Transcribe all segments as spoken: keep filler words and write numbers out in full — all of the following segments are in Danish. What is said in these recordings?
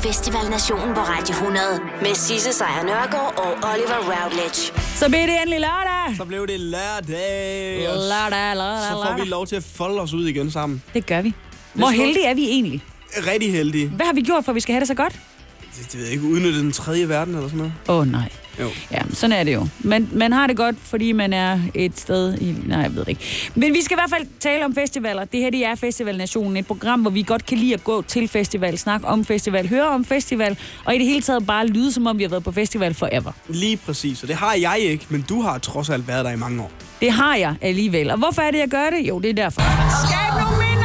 Festivalnationen på Radio hundrede med Sisse Sejr Nørgaard og Oliver Routledge. Så blev det endelig lørdag. Så blev det lørdag. Lørdag, lørdag, Så får vi lov til at folde os ud igen sammen. Det gør vi. Hvor heldige er vi egentlig? Rigtig heldige. Hvad har vi gjort, for at vi skal have det så godt? Det, det ved jeg ikke. Udnytte den tredje verden eller sådan noget. Åh oh, nej. Jo. Ja, sådan er det jo. Man, man har det godt, fordi man er et sted i... Nej, jeg ved det ikke. Men vi skal i hvert fald tale om festivaler. Det her, det er Festivalnationen. Et program, hvor vi godt kan lide at gå til festival, snakke om festival, høre om festival, og i det hele taget bare lyde, som om vi har været på festival forever. Lige præcis. Og det har jeg ikke, men du har trods alt været der i mange år. Det har jeg alligevel. Og hvorfor er det, jeg gør det? Jo, det er derfor. Skab nogle minder!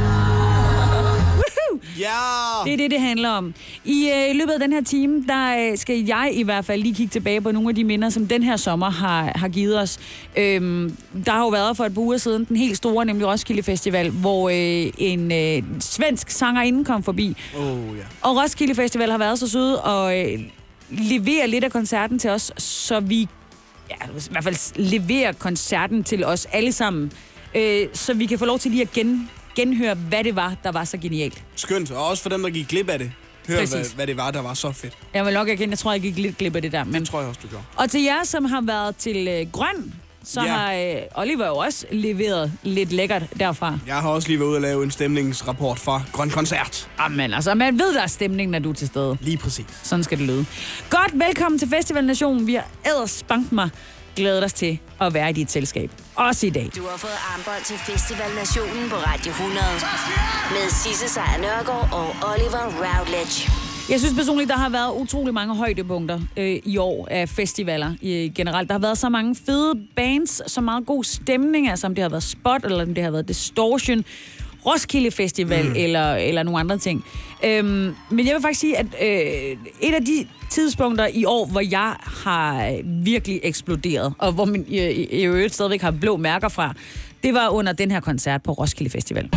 Ja! Det er det, det handler om. I øh, løbet af den her time, der øh, skal jeg i hvert fald lige kigge tilbage på nogle af de minder, som den her sommer har, har givet os. Øhm, der har jo været for et par uger siden den helt store, nemlig Roskilde Festival, hvor øh, en øh, svensk sangerinde kom forbi. Oh, ja. Og Roskilde Festival har været så søde og øh, levere lidt af koncerten til os, så vi ja, i hvert fald leverer koncerten til os alle sammen, øh, så vi kan få lov til lige at gen genhøre, hvad det var, der var så genialt. Skønt, og også for dem, der gik glip af det. Hør, hvad, hvad det var, der var så fedt. Jeg vil nok erkende, jeg tror, jeg gik lidt glip af det der. Men... Det tror jeg også, du gjorde. Og til jer, som har været til øh, Grøn, så ja. har øh, Oliver jo også leveret lidt lækkert derfra. Jeg har også lige været ude og lave en stemningsrapport fra Grøn Koncert. Jamen altså, man ved, der er stemning, når du er til stede. Lige præcis. Sådan skal det lyde. Godt, velkommen til Festivalnationen. Vi har ædersbankt mig glædet os til at være i dit selskab. Også i dag. Du har fået armbånd til Festivalnationen på Radio hundrede med Sisse Sejr Nørgaard og Oliver Routledge. Jeg synes personligt, der har været utrolig mange højdepunkter øh, i år af festivaler øh, generelt. Der har været så mange fede bands, så meget god stemning, altså om det har været Spot, eller om det har været Distortion, Roskilde Festival, mm. eller, eller nogle andre ting. Øhm, men jeg vil faktisk sige, at øh, et af de tidspunkter i år, hvor jeg har virkelig eksploderet, og hvor min, jeg, i øvrigt stadigvæk har blå mærker fra, det var under den her koncert på Roskilde Festival.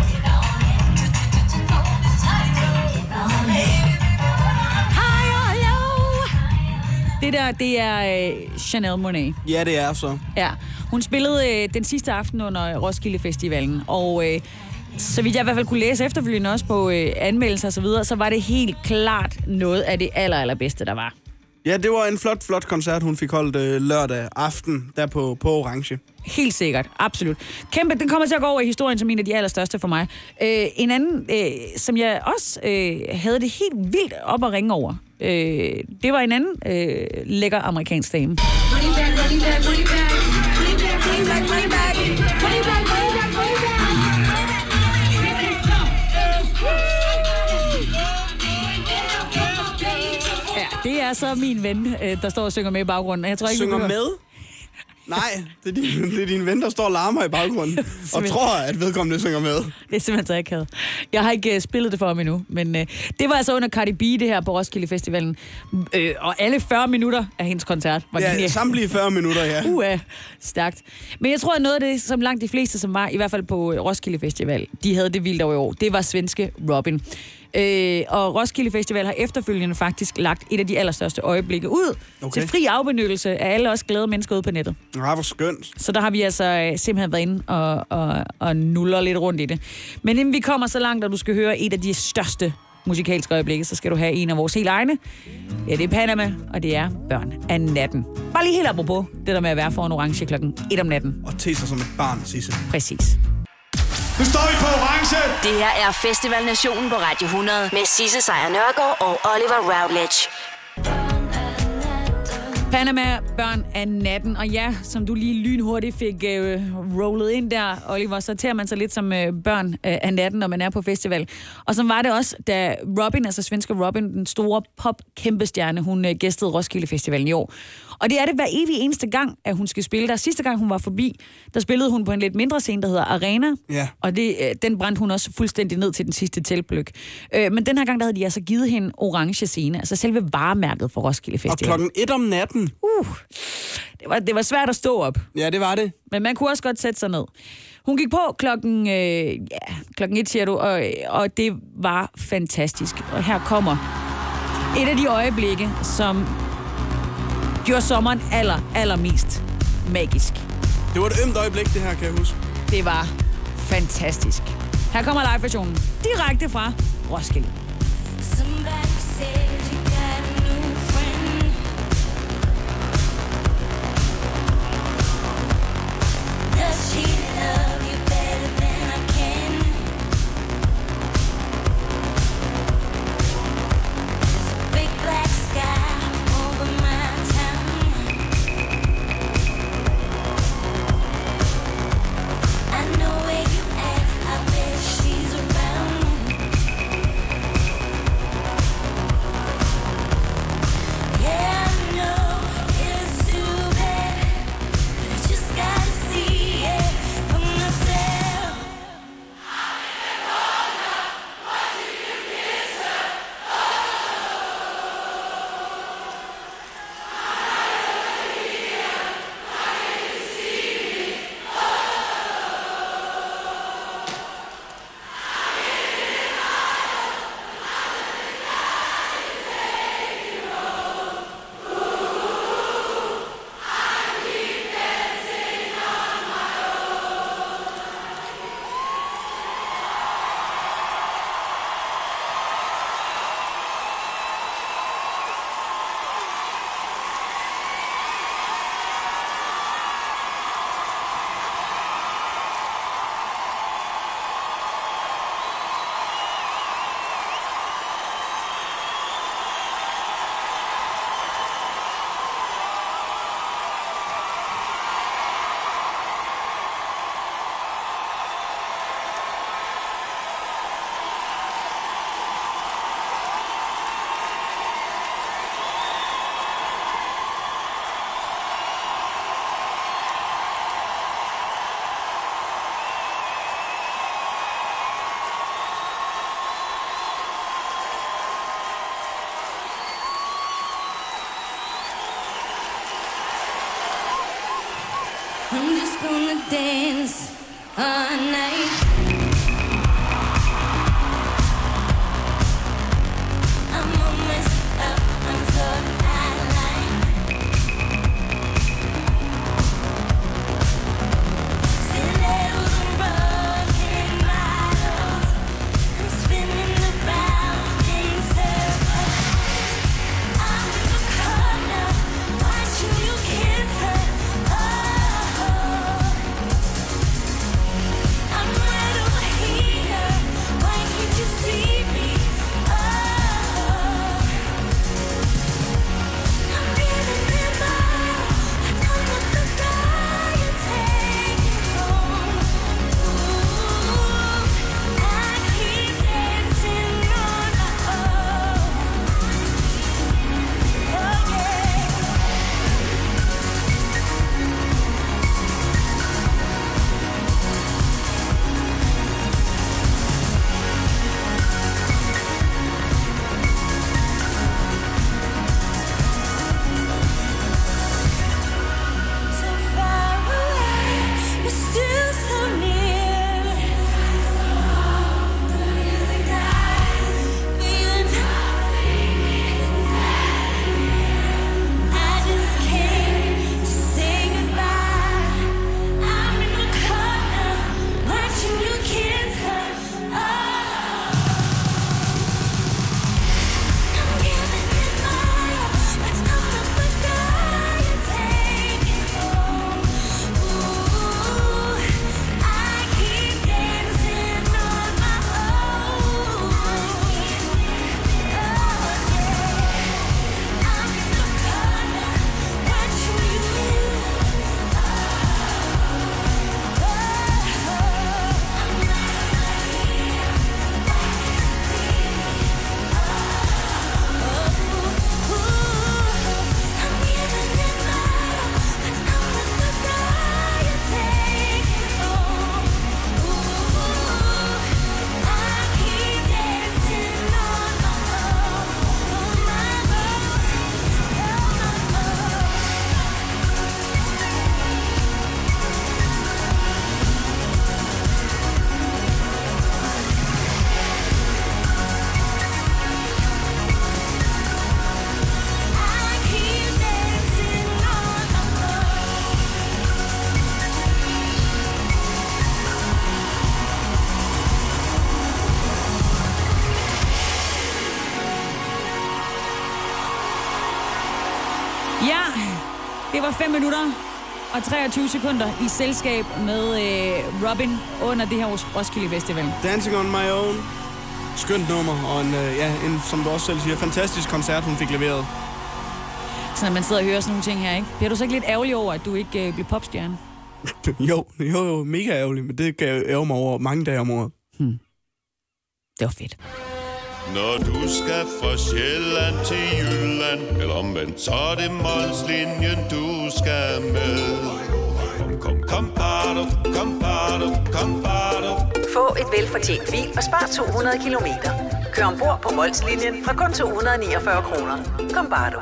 Det der, det er øh, Janelle Monáe. Ja, det er så. Ja, hun spillede øh, den sidste aften under Roskilde Festivalen, og øh, så vidt jeg i hvert fald kunne læse efterfølgende også på øh, anmeldelser og så videre, så var det helt klart noget af det aller, allerbedste, der var. Ja, det var en flot, flot koncert, hun fik holdt øh, lørdag aften der på, på Orange. Helt sikkert, absolut. Kæmpe, den kommer til at gå over i historien som en af de allerstørste for mig. Øh, en anden, øh, som jeg også øh, havde det helt vildt op at ringe over, øh, det var en anden øh, lækker amerikansk dame. Ja, det er så min ven, øh, der står og synger med i baggrunden. Jeg tror ikke, synger med? Nej, det er, din, det er din ven, der står og larmer i baggrunden, og tror, at vedkommende synger med. Det er simpelthen så akavet. Jeg har ikke uh, spillet det for ham endnu, men uh, det var altså under Cardi B, det her på Roskilde Festivalen. Uh, og alle fyrre minutter af hendes koncert var ja, genial. samtlige fyrre minutter, ja. Uh, stærkt. Men jeg tror, at noget af det, som langt de fleste, som var i hvert fald på Roskilde Festival, de havde det vildt over i år, det var svenske Robin. Øh, og Roskilde Festival har efterfølgende faktisk lagt et af de allerstørste øjeblikke ud okay. til fri afbenyttelse af alle os glade mennesker ude på nettet. Ja, hvor skønt. Så der har vi altså øh, simpelthen været inde og, og, og nuller lidt rundt i det. Men inden vi kommer så langt, og du skal høre et af de største musikalske øjeblikke, så skal du have en af vores helt egne. Ja, det er Panama, og det er Børn af natten. Bare lige helt apropos det der med at være foran Orange klokken et om natten. Og te sig som et barn, Sisse. Præcis. Nu står vi på Orange! Det her er Festivalnationen på Radio hundrede med Sisse Sejr Nørgaard og Oliver Routledge. Panama, Børn af natten. Og ja, som du lige lynhurtigt fik øh, rollet ind der, Oliver, så tager man sig lidt som øh, børn øh, af natten, når man er på festival. Og så var det også, da Robin, altså svenske Robin, den store pop-kæmpestjerne, hun øh, gæstede Roskilde Festivalen i år. Og det er det hver evig eneste gang, at hun skal spille der. Sidste gang hun var forbi, der spillede hun på en lidt mindre scene, der hedder Arena. Ja. Og det, øh, den brændte hun også fuldstændig ned til den sidste teltpløk. Øh, men den her gang, der havde de altså givet hende orange scene, altså selve varemærket for Roskilde Festival. Og klokken et om natten. Uh, det var, det var svært at stå op. Ja, det var det. Men man kunne også godt sætte sig ned. Hun gik på klokken, øh, ja, klokken et, siger du, og, og det var fantastisk. Og her kommer et af de øjeblikke, som gjorde sommeren aller, allermest magisk. Det var et ømt øjeblik, det her, kan jeg huske. Det var fantastisk. Her kommer live-versionen direkte fra Roskilde. I'm just gonna dance all night. I'm almost up, I'm so alive. Stilettos and broken bottles, I'm spinning around in circles. I'm in the corner, watching you kiss her. Oh, I'm right away. Ja, det var fem minutter og treogtyve sekunder i selskab med øh, Robin under det her års Roskilde Festival. Dancing on my own. Skønt nummer, og en, øh, ja, en, som du også selv siger, fantastisk koncert, hun fik leveret. Så når man sidder og hører sådan nogle ting her, ikke? Bliver du så ikke lidt ærgerlig over, at du ikke øh, bliver popstjerne? jo, jo, jo, mega ærgerlig, men det kan jeg ærge mig over mange dage om året. Hmm. Det var fedt. Når du skal fra Sjælland til Jylland, eller omvendt, så er det Molslinjen, du skal med. Kom, kom, kom, bado, kom, bado, kom, bado. Få et velfortjent bil og spar to hundrede kilometer. Kør ombord på Molslinjen fra kun to hundrede niogfyrre kroner. Kom, bare du.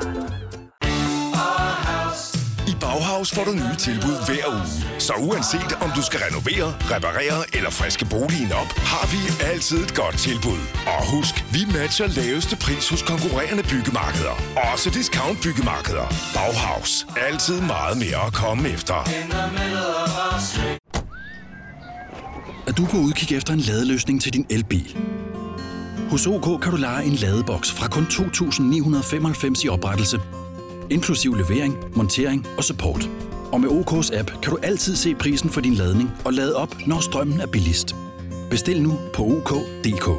I Bauhaus får du nye tilbud hver uge. Så uanset om du skal renovere, reparere eller friske boligen op, har vi altid et godt tilbud. Og husk, vi matcher laveste pris hos konkurrerende byggemarkeder. Også discount byggemarkeder. Bauhaus. Altid meget mere at komme efter. Er du på udkig efter en ladeløsning til din elbil? Hos O K kan du leje en ladeboks fra kun to tusind ni hundrede femoghalvfems i oprettelse, inklusiv levering, montering og support. Og med O K's app kan du altid se prisen for din ladning og lade op, når strømmen er billigst. Bestil nu på O K punktum D K.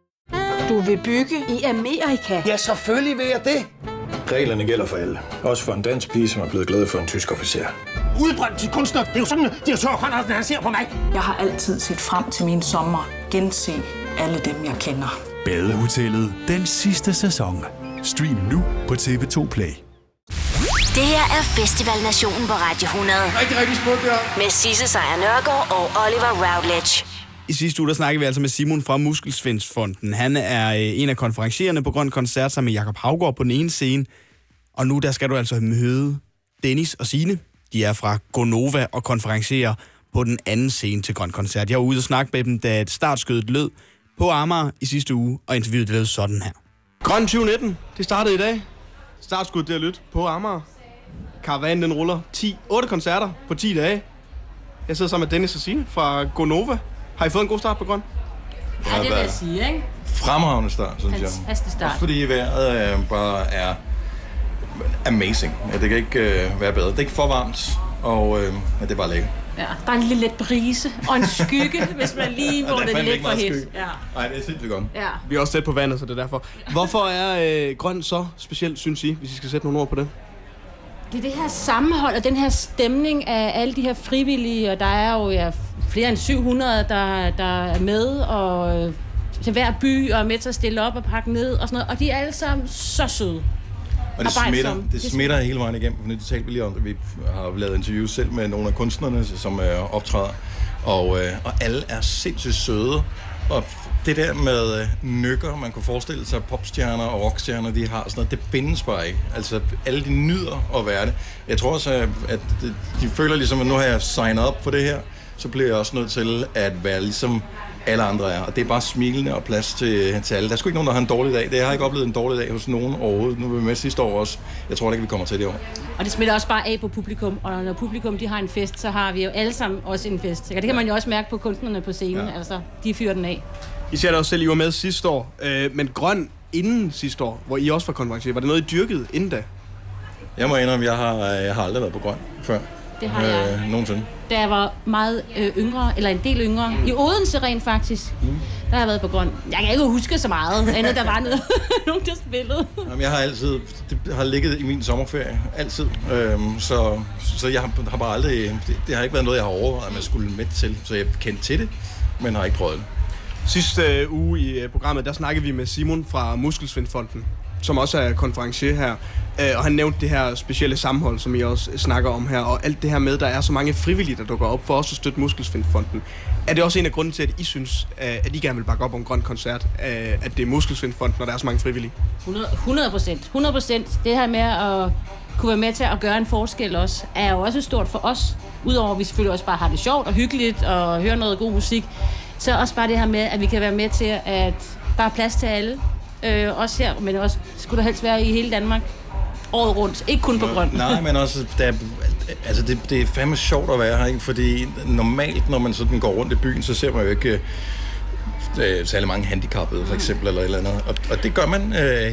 Du vil bygge i Amerika? Ja, selvfølgelig vil jeg det. Reglerne gælder for alle. Også for en dansk pige, som er blevet glad for en tysk officer. Udbrændt til kunstner. Det er jo sådan, at de har tørt, han ser på mig. Jeg har altid set frem til min sommer. Gense alle dem, jeg kender. Badehotellet den sidste sæson. Stream nu på T V to Play. Det her er Festival Nationen på Radio hundrede. Rigtig, rigtig smukt, ja. Med Sisse Sejr Nørgaard og Oliver Routledge. I sidste uge, der snakkede vi altså med Simon fra Muskelsvindsfonden. Han er øh, en af konferenciererne på Grøn Koncert sammen med Jakob Haugaard på den ene scene. Og nu der skal du altså møde Dennis og Signe. De er fra Gonova og konferencierer på den anden scene til Grøn Koncert. Jeg var ude og snakke med dem, da et startskødet lød på Amager i sidste uge, og interviewet det lød sådan her. Grøn tyve nitten, det startede i dag. Startskuddet det er lyt på Amager. Karavanen den ruller ti, otte koncerter på ti dage. Jeg sidder sammen med Dennis og Signe fra Gonova. Har I fået en god start på Grøn? Ja, det vil jeg sige, ikke? Fremragende start, synes jeg. Fantastisk start. Også fordi vejret øh, bare er amazing. Ja, det kan ikke øh, være bedre. Det er ikke for varmt, og øh, ja, det er bare lækkert. Ja, bare en lille let brise og en skygge, hvis man lige hvor det er lidt for hit. Ja. Nej, det er sindssygt godt. Ja. Vi er også tæt på vandet, så det er derfor. Hvorfor er øh, Grøn så specielt, synes I, hvis I skal sætte nogle ord på det? Det er det her sammenhold og den her stemning af alle de her frivillige, og der er jo ja, flere end syv hundrede, der, der er med, og øh, til hver by og er med til at stille op og pakke ned og sådan noget, og de er alle sammen så søde. Og det smitter, det smitter hele vejen igennem, for det talte vi lige om, vi har lavet interviews selv med nogle af kunstnerne, som øh, optræder, og, øh, og alle er sindssygt søde, og det der med øh, nykker, man kunne forestille sig, popstjerner og rockstjerner, de har sådan noget, det findes bare ikke. Altså, alle de nyder at være det. Jeg tror også, at de føler ligesom, at nu har jeg signet op for det her, så bliver jeg også nødt til at være ligesom alle andre er. Og det er bare smilende og plads til, til alle. Der er sgu ikke nogen, der har en dårlig dag. Det har jeg ikke oplevet en dårlig dag hos nogen overhovedet. Nu er vi med sidste år også. Jeg tror ikke, vi kommer til det år. Og det smitter også bare af på publikum. Og når publikum de har en fest, så har vi jo alle sammen også en fest. Og det kan man jo også mærke på kunstnerne på scenen. Ja. Altså, de fyrer den af. I siger da også selv, I var med sidste år. Øh, men Grøn inden sidste år, hvor I også var konferencier, var det noget, I dyrkede inden da? Jeg må indrømme, jeg har, jeg har aldrig været på Grøn før. Det har jeg. Øh, nogensinde. Da jeg var meget øh, yngre, eller en del yngre, mm. i Odense rent faktisk, mm. der har jeg været på Grøn. Jeg kan ikke huske så meget, andet der var noget, nogen der spillede. Jamen, jeg har altid, det har ligget i min sommerferie, altid. Øhm, så, så jeg har, har bare aldrig, det, det har ikke været noget, jeg har overvejet, at man skulle med til. Så jeg kendte til det, men har ikke prøvet det. Sidste øh, uge i øh, programmet, der snakkede vi med Simon fra Muskelsvindfonden, som også er konferencier her. Øh, og han nævnte det her specielle sammenhold, som I også snakker om her. Og alt det her med, der er så mange frivillige, der dukker op for også at støtte Muskelsvindfonden. Er det også en af grunden til, at I synes, at I gerne vil bakke op om Grøn Koncert, at det er Muskelsvindfonden, når der er så mange frivillige? hundrede procent. hundrede procent. Det her med at kunne være med til at gøre en forskel også, er jo også stort for os. Udover at vi selvfølgelig også bare har det sjovt og hyggeligt og hører noget god musik. Så også bare det her med, at vi kan være med til, at der er plads til alle. Øh, også her, men også skulle der helst være i hele Danmark året rundt. Ikke kun på Grøn. Nej, men også, der, altså det, det er fandme sjovt at være her, ikke? Fordi normalt, når man sådan går rundt i byen, så ser man jo ikke øh, særlig mange handicappede, for eksempel, eller et eller andet. Og, og det gør man øh, her.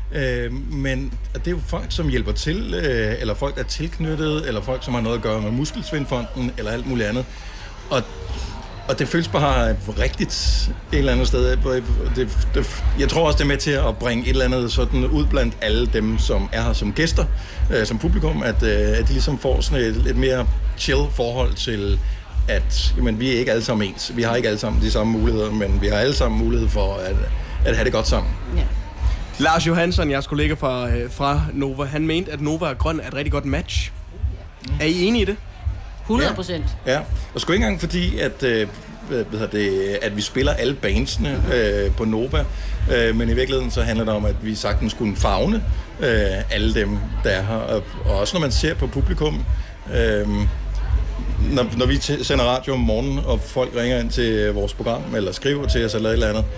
Øh, men det er jo folk, som hjælper til, øh, eller folk, der er tilknyttet, eller folk, som har noget at gøre med Muskelsvindfonden, eller alt muligt andet. Og, og det føles bare rigtigt et eller andet sted. Det, det, jeg tror også, det er med til at bringe et eller andet sådan ud blandt alle dem, som er her som gæster, øh, som publikum, at, øh, at de ligesom får sådan et lidt mere chill forhold til, at jamen, vi er ikke alle sammen ens. Vi har ikke alle sammen de samme muligheder, men vi har alle sammen mulighed for at, at have det godt sammen. Ja. Lars Johansson, jeres kollega fra, øh, fra Nova, han mente, at Nova og Grøn er et rigtig godt match. Mm. Er I enige i det? hundrede procent. Ja, ja. Og sgu ikke engang fordi, at, øh, hvad det, at vi spiller alle bandsene øh, på Nova, øh, men i virkeligheden så handler det om, at vi sagtens skulle favne øh, alle dem, der er her. Og, og også når man ser på publikum, øh, når, når vi t- sender radio om morgenen, og folk ringer ind til vores program, eller skriver til os eller et eller andet,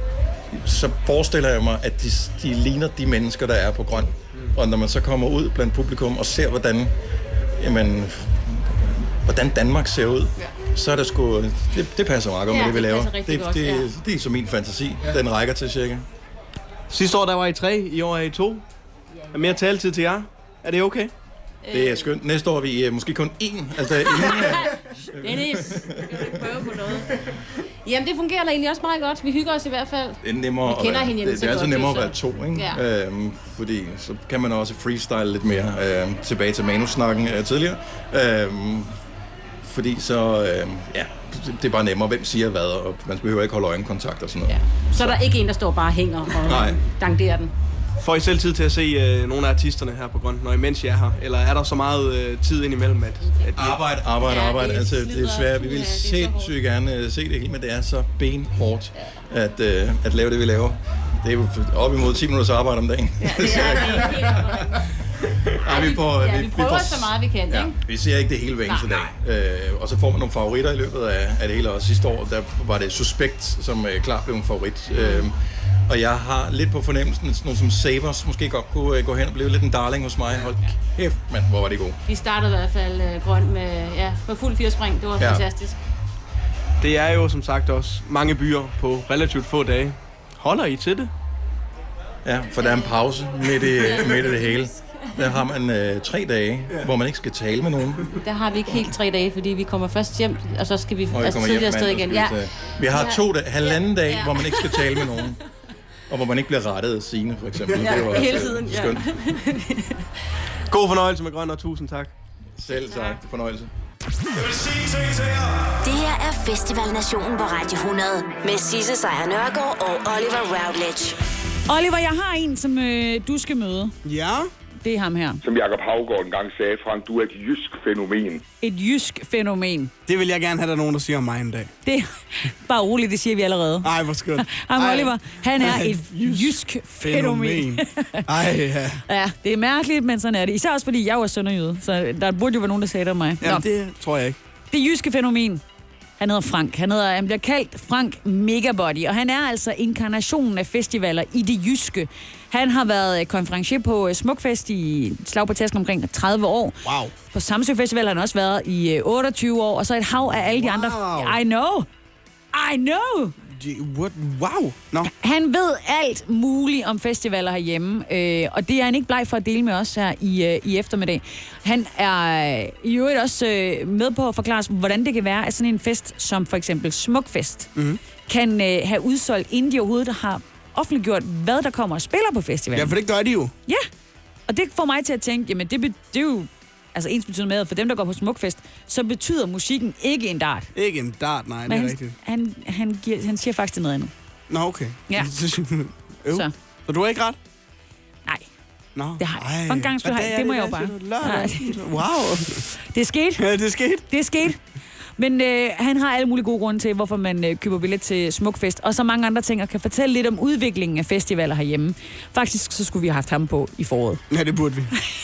så forestiller jeg mig, at de, de ligner de mennesker, der er på Grøn. Og når man så kommer ud blandt publikum og ser, hvordan, jamen, hvordan Danmark ser ud, ja. Så er det sgu... Det, det passer meget godt ja, med det, vi laver. Det, det, godt, det, ja. det er så min fantasi. Ja. Den rækker til cirka. Sidste år, der var I tre. I år er I to. Er mere taletid til jer? Er det okay? Det er skønt. Næste år er vi måske kun én. Altså, Dennis, skal vi prøve på noget? Jamen, det fungerer da egentlig også meget godt. Vi hygger os i hvert fald. Det er nemmere, vi kender at, hende det, det er altså nemmere at være to, ikke? Ja. Øhm, fordi så kan man også freestyle lidt mere. Øhm, tilbage til manussnakken øh, tidligere. Øhm, fordi så, øh, ja, det er bare nemmere. Hvem siger hvad, og man behøver ikke holde øjenkontakt og sådan noget. Ja. Så, så er der ikke en, der står bare og hænger og Nej. danderer den. Får I selv tid til at se øh, nogle af artisterne her på Grøn, når I mens I er her? Eller er der så meget øh, tid indimellem, at... at arbejde, arbejde, arbejde. Ja, altså, det er svært. Vi vil ja, sindssygt gerne uh, se det hele, men det er så benhårdt at, uh, at lave det, vi laver. Det er jo op imod ti minutters arbejde om dagen. Ja, det er det. Ja, vi, får, ja, vi, vi prøver vi får, så meget, vi kan, ja, ikke? Vi ser ikke det hele hver eneste dag. Øh, og så får man nogle favoritter i løbet af, af det hele. Og sidste år, der var det Suspekt, som uh, klart blev en favorit. Mm. Øh, og jeg har lidt på fornemmelsen, at nogle som Savers måske godt kunne uh, gå hen og blive lidt en darling hos mig. Hold kæft, mand, hvor var det god. Vi startede i hvert fald uh, Grøn med, ja, med fuld firespring. Det var ja. fantastisk. Det er jo som sagt også mange byer på relativt få dage. Holder I til det? Ja, for der er en pause midt i, midt i det hele. Der har man øh, tre dage, ja. hvor man ikke skal tale med nogen. Der har vi ikke helt tre dage, fordi vi kommer først hjem, og så skal vi altså tidligere afsted igen. Ja. Vi har to dage, halvanden dag, ja. hvor man ikke skal tale med nogen. Og hvor man ikke bliver rettet af Signe, for eksempel. Ja, det var hele tiden, ja. Skønt. God fornøjelse med Grøn, og tusind tak. Selv tak. Fornøjelse. Det her er Festival Nationen på Radio hundrede med Sisse Sejr Nørgaard og Oliver Routledge. Oliver, jeg har en, som øh, du skal møde. Ja? Det er ham her. Som Jakob Haugaard engang sagde, Frank, du er et jysk fænomen. Et jysk fænomen. Det vil jeg gerne have, der nogen, der siger om mig en dag. Det er bare roligt, det siger vi allerede. Ej, hvor skønt. Ham Oliver, han er et jysk fænomen. Ej, ja. Ja, det er mærkeligt, men sådan er det. Især også fordi jeg var sønderjyde, så der burde jo være nogen, der sagde det om mig. Jamen, det tror jeg ikke. Det jyske fænomen. Han hedder Frank. Han, hedder, han bliver kaldt Frank Megabody, og han er altså inkarnationen af festivaler i det jyske. Han har været konferencier på Smukfest i slag på tasken omkring tredive år. Wow. På Samsø Festival har han også været i otteogtyve år, og så et hav af alle de wow. andre. I know! I know! What? Wow! No. Han ved alt muligt om festivaler herhjemme, øh, og det er han ikke bleg for at dele med os her i, øh, i eftermiddag. Han er øh, i øvrigt også øh, med på at forklare os, hvordan det kan være, at sådan en fest som for eksempel Smukfest mm-hmm. kan øh, have udsolgt, inden de overhovedet har offentliggjort, hvad der kommer og spiller på festivalen. Ja, for det gør de jo. Ja, og det får mig til at tænke, jamen det, det er jo altså ens betyder med, at for dem, der går på Smukfest, så betyder musikken ikke en dart. Ikke en dart, nej, det er han, rigtigt. Han, han, giver, han siger faktisk noget andet. Nå, okay. Ja. så. Så. så du har ikke ret? Nej. Nå. Det har jeg. For en gang skulle jeg, det, det må jeg jo bare. Wow. Det er sket. Ja, det er sket. Det er sket. Men øh, han har alle mulige gode grunde til, hvorfor man øh, køber billet til Smukfest, og så mange andre ting, og kan fortælle lidt om udviklingen af festivaler herhjemme. Faktisk så skulle vi have haft ham på i foråret. Ja, det burde vi.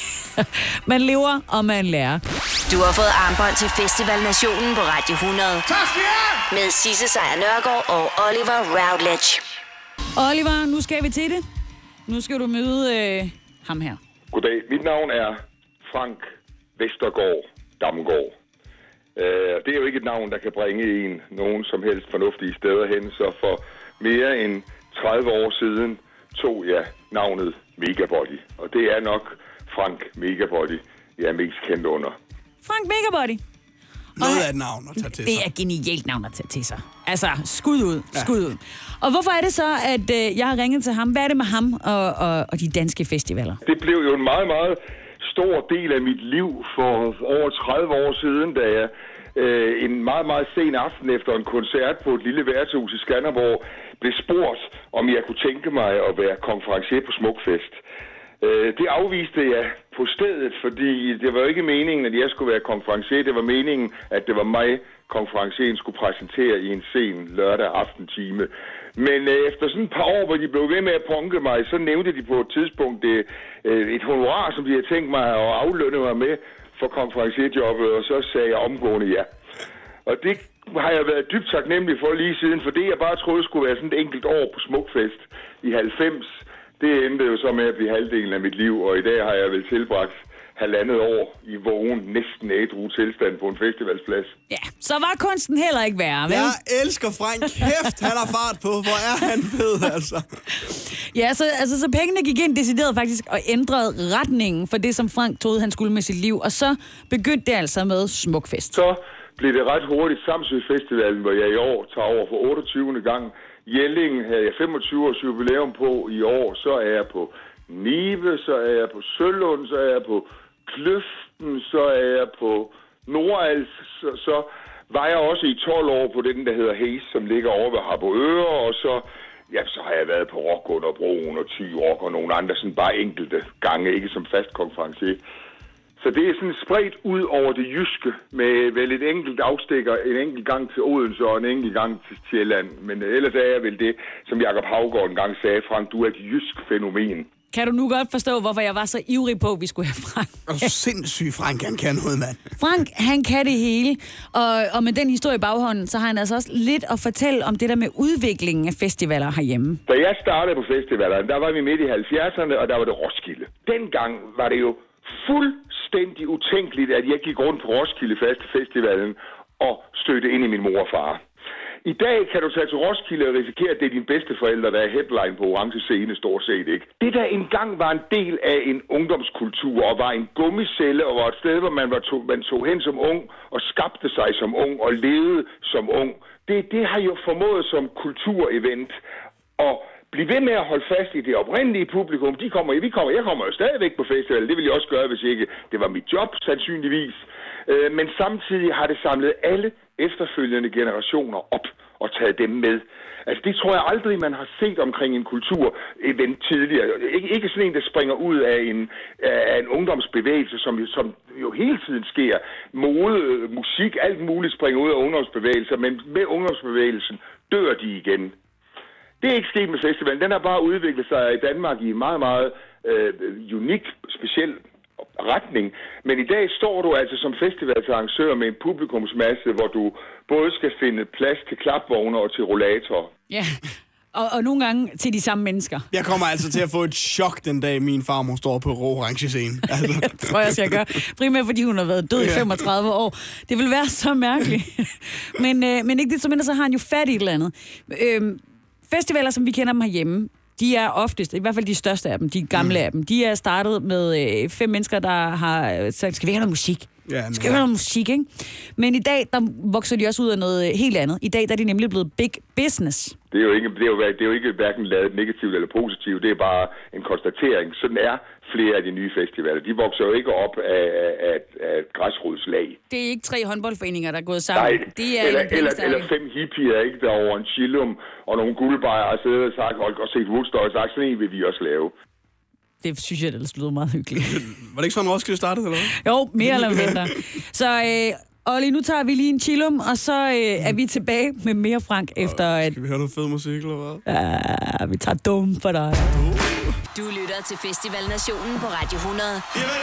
Man lever, og man lærer. Du har fået armbånd til Festival Nationen på Radio hundrede. Med Sisse Sejr Nørgaard og Oliver Routledge. Oliver, nu skal vi til det. Nu skal du møde øh, ham her. Goddag, mit navn er Frank Vestergaard Damgaard. Uh, det er jo ikke et navn, der kan bringe en nogen som helst fornuftige steder hen, så for mere end tredive år siden, tog jeg navnet Megabody. Og det er nok Frank Megabody, jeg er mest kendt under. Frank Megabody. Noget af et navn at tage til sig. Det er et genialt navn at tage til sig. Altså, skud ud, skud ud. Og hvorfor er det så, at øh, jeg har ringet til ham? Hvad er det med ham og, og, og de danske festivaler? Det blev jo en meget, meget stor del af mit liv for over tredive år siden, da jeg øh, en meget, meget sen aften efter en koncert på et lille værtshus i Skanderborg blev spurgt, om jeg kunne tænke mig at være konferencier på Smukfest. Det afviste jeg på stedet, fordi det var jo ikke meningen, at jeg skulle være konferencier. Det var meningen, at det var mig, konferencieren skulle præsentere i en sen lørdag aftentime. Men efter sådan et par år, hvor de blev ved med at punke mig, så nævnte de på et tidspunkt det, et honorar, som de havde tænkt mig at aflønne mig med for konferencierjobbet, og så sagde jeg omgående ja. Og det har jeg været dybt taknemmelig for lige siden, for det jeg bare troede skulle være sådan et enkelt år på Smukfest i halvfems. Det endte jo så med at blive halvdelen af mit liv, og i dag har jeg vel tilbragt halvandet år i vågen, næsten ædru tilstand på en festivalsplads. Ja, så var kunsten heller ikke værre, vel? Jeg elsker Frank. Kæft, han har fart på. Hvor er han fed, altså. Ja, så, altså, så pengene gik ind decideret faktisk og ændrede retningen for det, som Frank troede, han skulle med sit liv. Og så begyndte det altså med Smukfest. Så blev det ret hurtigt Samsø Festivalen, hvor jeg i år tager over for otteogtyvende gang. Jelling havde jeg femogtyve års jubilæum på i år, så er jeg på Nibe, så er jeg på Sølund, så er jeg på Kløften, så er jeg på Nordals, så, så var jeg også i tolv år på den, der hedder Hayes, som ligger over ved Harboøre, og så, ja, så har jeg været på Rock under Broen og Ty Rock og nogle andre, sådan bare enkelte gange, ikke som fast konferencier. Så det er sådan spredt ud over det jyske, med vel et enkelt afstikker, en enkelt gang til Odense og en enkelt gang til Sjælland. Men ellers er jeg vel det, som Jakob Haugaard engang sagde, Frank, du er et jysk fænomen. Kan du nu godt forstå, hvorfor jeg var så ivrig på, at vi skulle have Frank? Og sindssygt, Frank, han kan noget, mand. Frank, han kan det hele. Og, og med den historie i baghånden, så har han altså også lidt at fortælle om det der med udviklingen af festivaler herhjemme. Da jeg startede på festivalerne, der var vi midt i halvfjerdserne, og der var det Roskilde. Dengang var det jo fuldstændig utænkeligt, at jeg gik rundt på Roskilde Festivalen og stødte ind i min mor og far. I dag kan du tage til Roskilde og risikere, at det er dine bedsteforældre, der er headline på orange scene, stort set, ikke? Det der engang var en del af en ungdomskultur og var en gummicelle og var et sted, hvor man, var tog, man tog hen som ung og skabte sig som ung og levede som ung. Det, det har jo formået som kulturevent og bliv ved med at holde fast i det oprindelige publikum. De kommer, vi kommer, jeg kommer jo stadigvæk på festival. Det ville jeg også gøre, hvis ikke det var mit job, sandsynligvis. Men samtidig har det samlet alle efterfølgende generationer op og taget dem med. Altså det tror jeg aldrig, man har set omkring en kulturevent tidligere. Ik- ikke sådan en, der springer ud af en, af en ungdomsbevægelse, som jo, som jo hele tiden sker. Mode, musik, alt muligt springer ud af ungdomsbevægelser, men med ungdomsbevægelsen dør de igen. Det er ikke sket med festivalen. Den har bare udviklet sig i Danmark i en meget, meget øh, unik, speciel retning. Men i dag står du altså som festivalsarrangør med en publikumsmasse, hvor du både skal finde plads til klapvogne og til rollator. Ja, og, og nogle gange til de samme mennesker. Jeg kommer altså til at få et chok den dag, min farmor står på orange scene. Altså. Jeg tror jeg, jeg gør. Primært fordi hun har været død i femogtredive år. Det vil være så mærkeligt. men, øh, men ikke det, så mindre, så har han jo fat i et eller andet. Øh, Festivaler, som vi kender dem herhjemme, de er oftest, i hvert fald de største af dem, de gamle mm. af dem, de er startet med øh, fem mennesker, der har sagt, skal vi have noget musik? Ja, skal vi have noget musik, ikke? Men i dag, der vokser de også ud af noget helt andet. I dag, der er de nemlig blevet big business. Det er jo ikke, det er jo, det er jo ikke hverken lavet negativt eller positivt, det er bare en konstatering. Sådan er flere af de nye festivaler. De vokser jo ikke op af, af, af et græsrodslag. Det er ikke tre håndboldforeninger, der er gået sammen. Nej, det er eller, eller, eller fem hippier, ikke, der over en chillum og nogle guldbejer har siddet og sagt, og set Woodstock og sagt, sådan en vil vi også lave. Det synes jeg, det lyder meget hyggeligt. Var det ikke sådan, Roskilde startede, eller hvad? Jo, mere eller mindre. Så øh, Olli, nu tager vi lige en chillum, og så øh, er vi tilbage med mere Frank efter... At... Skal vi høre noget fed musik, eller hvad? Ja, vi tager dum for dig. Du lytter til Festival Nationen på Radio hundrede.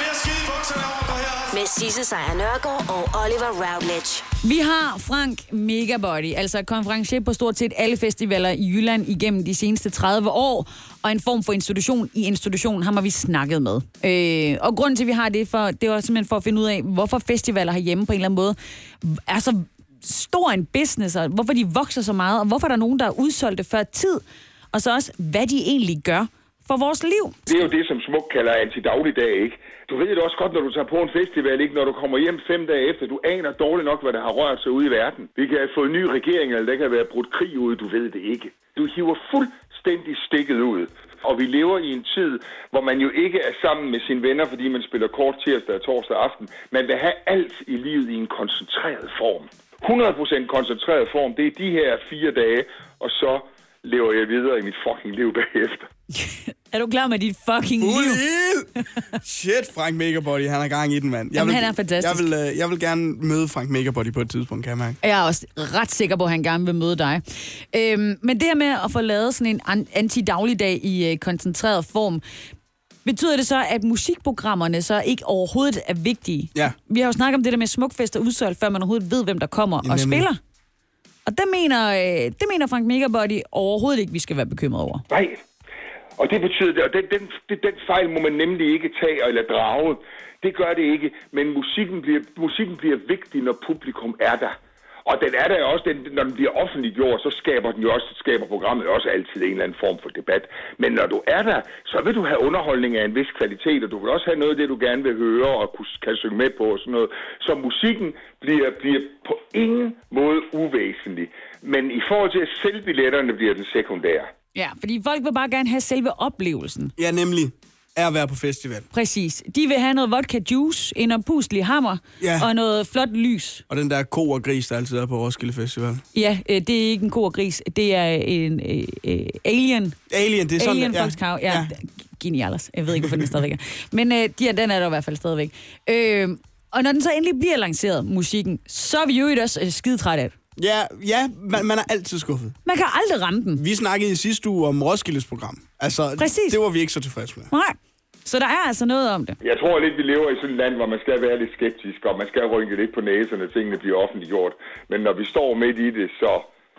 Med Sisse Sejr Nørgaard og Oliver Routledge. Vi har Frank Megabody, altså konferencier på stort set alle festivaler i Jylland igennem de seneste tredive år, og en form for institution i institutionen, ham har vi snakket med. Øh, og grunden til, at vi har det, for, det var simpelthen for at finde ud af, hvorfor festivaler herhjemme på en eller anden måde er så stor en business, og hvorfor de vokser så meget, og hvorfor der er nogen, der er udsolgte før tid, og så også, hvad de egentlig gør for vores liv. Det er jo det, som Smuk kalder anti-dagligdag, ikke? Du ved det også godt, når du tager på en festival, ikke? Når du kommer hjem fem dage efter, du aner dårligt nok, hvad der har rørt sig ude i verden. Vi kan have fået en ny regering, eller der kan være brudt krig ude, du ved det ikke. Du hiver fuldstændig stikket ud. Og vi lever i en tid, hvor man jo ikke er sammen med sine venner, fordi man spiller kort tirsdag og torsdag aften. Man vil have alt i livet i en koncentreret form. hundrede procent koncentreret form, det er de her fire dage, og så lever jeg videre i mit fucking liv bagefter. Er du klar med dit fucking Fuld liv? ild! Shit, Frank Megabody, han er gang i den, mand. Jeg Jamen, vil, han er fantastisk. Jeg vil, jeg vil gerne møde Frank Megabody på et tidspunkt, kan jeg mærke. Jeg er også ret sikker på, at han gerne vil møde dig. Øhm, men det her med at få lavet sådan en an- anti-dagligdag i øh, koncentreret form, betyder det så, at musikprogrammerne så ikke overhovedet er vigtige? Ja. Vi har jo snakket om det der med smukfest og udsolgt, før man overhovedet ved, hvem der kommer og Nemlig. spiller. Og det mener, øh, det mener Frank Megabody overhovedet ikke, vi skal være bekymret over. Nej. Og det betyder det, og den, den, den, den fejl må man nemlig ikke tage eller drage. Det gør det ikke, men musikken bliver, musikken bliver vigtig, når publikum er der. Og den er der jo også, den, når den bliver offentliggjort, så skaber den jo også, skaber programmet jo også altid en eller anden form for debat. Men når du er der, så vil du have underholdning af en vis kvalitet, og du vil også have noget af det, du gerne vil høre og kan synge med på og sådan noget. Så musikken bliver, bliver på ingen måde uvæsentlig. Men i forhold til selvbilletterne bliver den sekundær. Ja, fordi folk vil bare gerne have selve oplevelsen. Ja, nemlig. Er at være på festival. Præcis. De vil have noget vodka juice, en oppustelig hammer Ja. og noget flot lys. Og den der ko og gris, der altid er på Roskilde Festival. Ja, øh, det er ikke en ko og gris. Det er en øh, øh, alien. Alien, det er sådan, Alien ja. Foxcow. Ja, Ja. genialers. Jeg ved ikke, hvorfor den stadigvæk er. Men øh, de, den er der i hvert fald stadigvæk. Øh, og når den så endelig bliver lanceret, musikken, så er vi jo også øh, skidetræt af det. Ja, ja man, man er altid skuffet. Man kan aldrig ramme den. Vi snakkede i sidste uge om Roskildes program. Altså, Præcis. det var vi ikke så tilfredse med. Nej. Så der er altså noget om det. Jeg tror lidt, vi lever i sådan et land, hvor man skal være lidt skeptisk, og man skal rynke lidt på næserne, når tingene bliver offentliggjort. Men når vi står midt i det, så,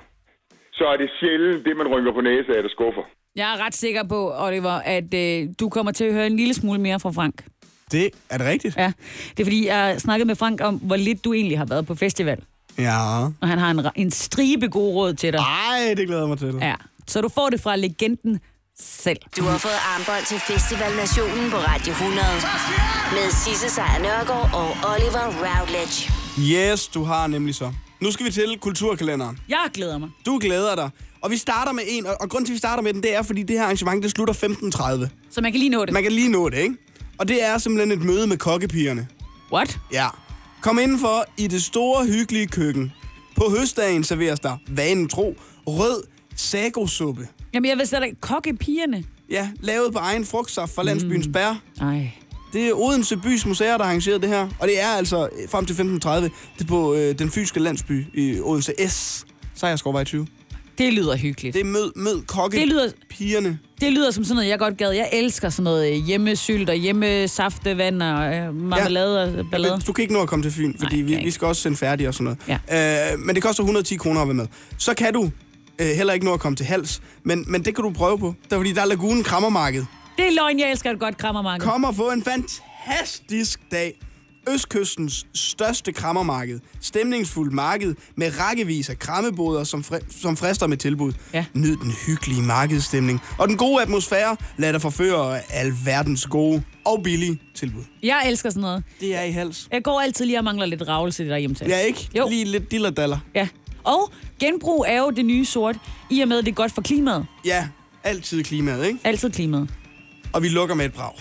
så er det sjældent det, man rynker på næse af, der skuffer. Jeg er ret sikker på, Oliver, at øh, du kommer til at høre en lille smule mere fra Frank. Det er det rigtigt? Ja, det er fordi, jeg snakkede med Frank om, hvor lidt du egentlig har været på festival. Ja. Og han har en, en stribe gode råd til dig. Ej, det glæder jeg mig til. Ja, så du får det fra legenden selv. Du har fået armbånd til Festival Nationen på Radio hundrede. Med Sisse Sejr Nørgaard og Oliver Routledge. Yes, du har nemlig så. Nu skal vi til kulturkalenderen. Jeg glæder mig. Du glæder dig. Og vi starter med en, og, og grunden til, at vi starter med den, det er, fordi det her arrangement, det slutter femten tredive. Så man kan lige nå det? Man kan lige nå det, ikke? Og det er simpelthen et møde med kokkepigerne. What? Ja. Kom indenfor i det store, hyggelige køkken. På høstdagen serveres der, vanen tro, rød sagosuppe. Jamen, jeg vil slet ikke kokkepigerne. Ja, lavet på egen frugtsaft fra landsbyens Mm. bær. Ej. Det er Odense Bys Museer, der har arrangeret det her. Og det er altså frem til femten tredive. Det er på øh, den fysiske landsby i Odense S. Sejrskovvej tyve. Det lyder hyggeligt. Det er mød, mød kokke Det lyder- pigerne. Det lyder som sådan noget, jeg godt gad. Jeg elsker sådan noget hjemmesylt og hjemmesaftevand og øh, marmelade og ballade. Men du kan ikke nå at komme til Fyn, fordi Nej, vi, kan vi skal også sende færdig og sådan Ja. noget. Øh, men det koster et hundrede og ti kroner at være med. Så kan du øh, heller ikke nå at komme til Hals, men, men det kan du prøve på. Der, fordi der er Lagunen Krammermarked. Det er løgn, jeg elsker et godt krammermarked. Kom og få en fantastisk dag. Østkystens største krammermarked. Stemningsfuldt marked med rækkevis af krammeboder, som, fri- som frister med tilbud. Ja. Nyd den hyggelige markedsstemning og den gode atmosfære. Lad dig forføre af alverdens gode og billige tilbud. Jeg elsker sådan noget. Det er i Hals. Jeg går altid lige og mangler lidt ravelse derhjemme til. Ja, ikke? Jo. Lige lidt dillerdaller. Ja. Og genbrug er jo det nye sort, i og med, at det er godt for klimaet. Ja, altid klimaet, ikke? Altid klimaet. Og vi lukker med et brag.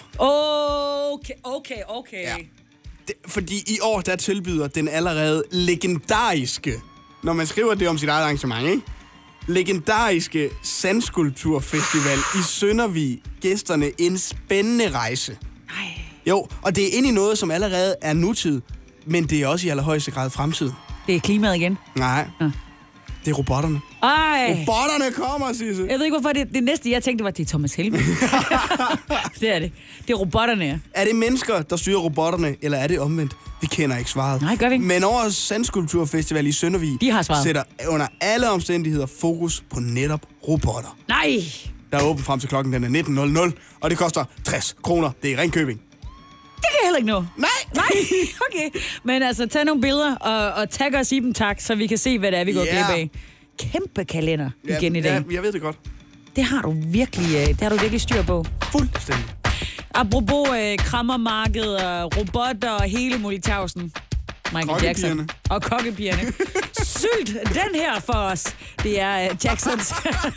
Okay, okay, okay. Ja. Det, fordi i år, der tilbyder den allerede legendariske, når man skriver det om sit eget arrangement, ikke? Legendariske Sandskulpturfestival i Søndervig gæsterne en spændende rejse. Nej. Jo, og det er ind i noget, som allerede er nutid, men det er også i allerhøjeste grad fremtid. Det er klimaet igen. Nej, ja. Det er robotterne. Ej. Robotterne kommer, Sisse. Jeg ved ikke, hvorfor det, det næste, jeg tænkte, var, det er Thomas Helmig. Det er det. Det er robotterne, ja. Er det mennesker, der styrer robotterne, eller er det omvendt? Vi kender ikke svaret. Nej, gør vi ikke. Men Årets Sandskulpturfestival i Søndervig De har svaret. sætter under alle omstændigheder fokus på netop robotter. Nej! Der er åben frem til klokken, den er nitten nul nul, og det koster tres kroner. Det er i Ringkøbing. Det kan jeg heller ikke nå. Nej! Nej, okay. Men altså, tag nogle billeder og, og tag os i dem, tak, så vi kan se, hvad det er, vi går Ja. glip af. Kæmpe kalender igen ja, i dag. Ja, jeg ved det godt. Det har du virkelig, øh, det har du virkelig styr på. Fuldstændig. Apropos øh, krammermarked og robotter og hele Molitausen. Michael Jackson. Og kokkepigerne. Sylt den her for os. Det er uh, Jacksons.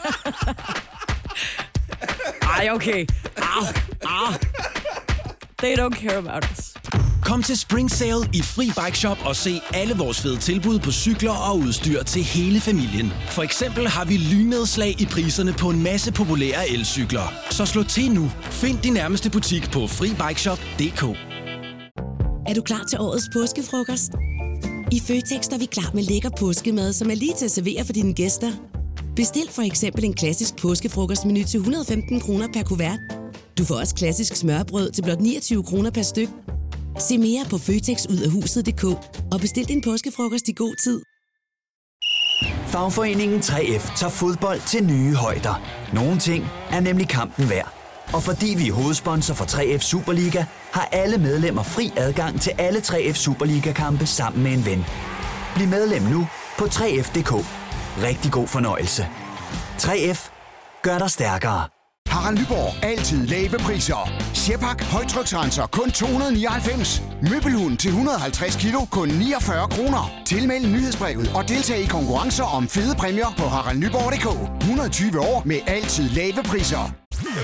Ej, okay. Au, au. They don't care about us. Kom til Spring Sale i Fri Bike Shop og se alle vores fede tilbud på cykler og udstyr til hele familien. For eksempel har vi lynnedslag i priserne på en masse populære elcykler. Så slå til nu. Find din nærmeste butik på fri bike shop punktum d k. Er du klar til årets påskefrokost? I Føtex er vi klar med lækker påskemad, som er lige til at servere for dine gæster. Bestil for eksempel en klassisk påskefrokostmenu til et hundrede og femten kroner per kuvert. Du får også klassisk smørbrød til blot niogtyve kroner per styk. Se mere på føtex ud af huset punktum d k og bestil din påskefrokost i god tid. Fagforeningen tre F tager fodbold til nye højder. Nogle ting er nemlig kampen værd. Og fordi vi er hovedsponsor for tre F Superliga, har alle medlemmer fri adgang til alle tre F Superliga-kampe sammen med en ven. Bliv medlem nu på tre f punktum d k. Rigtig god fornøjelse. tre F gør dig stærkere. Harald Nyborg. Altid lave priser. Sjehpak højtryksrenser kun to hundrede og nioghalvfems. Møbelhund til et hundrede og halvtreds kilo kun niogfyrre kroner. Tilmeld nyhedsbrevet og deltag i konkurrencer om fede præmier på harald nyborg punktum d k. et hundrede og tyve år med altid lave priser.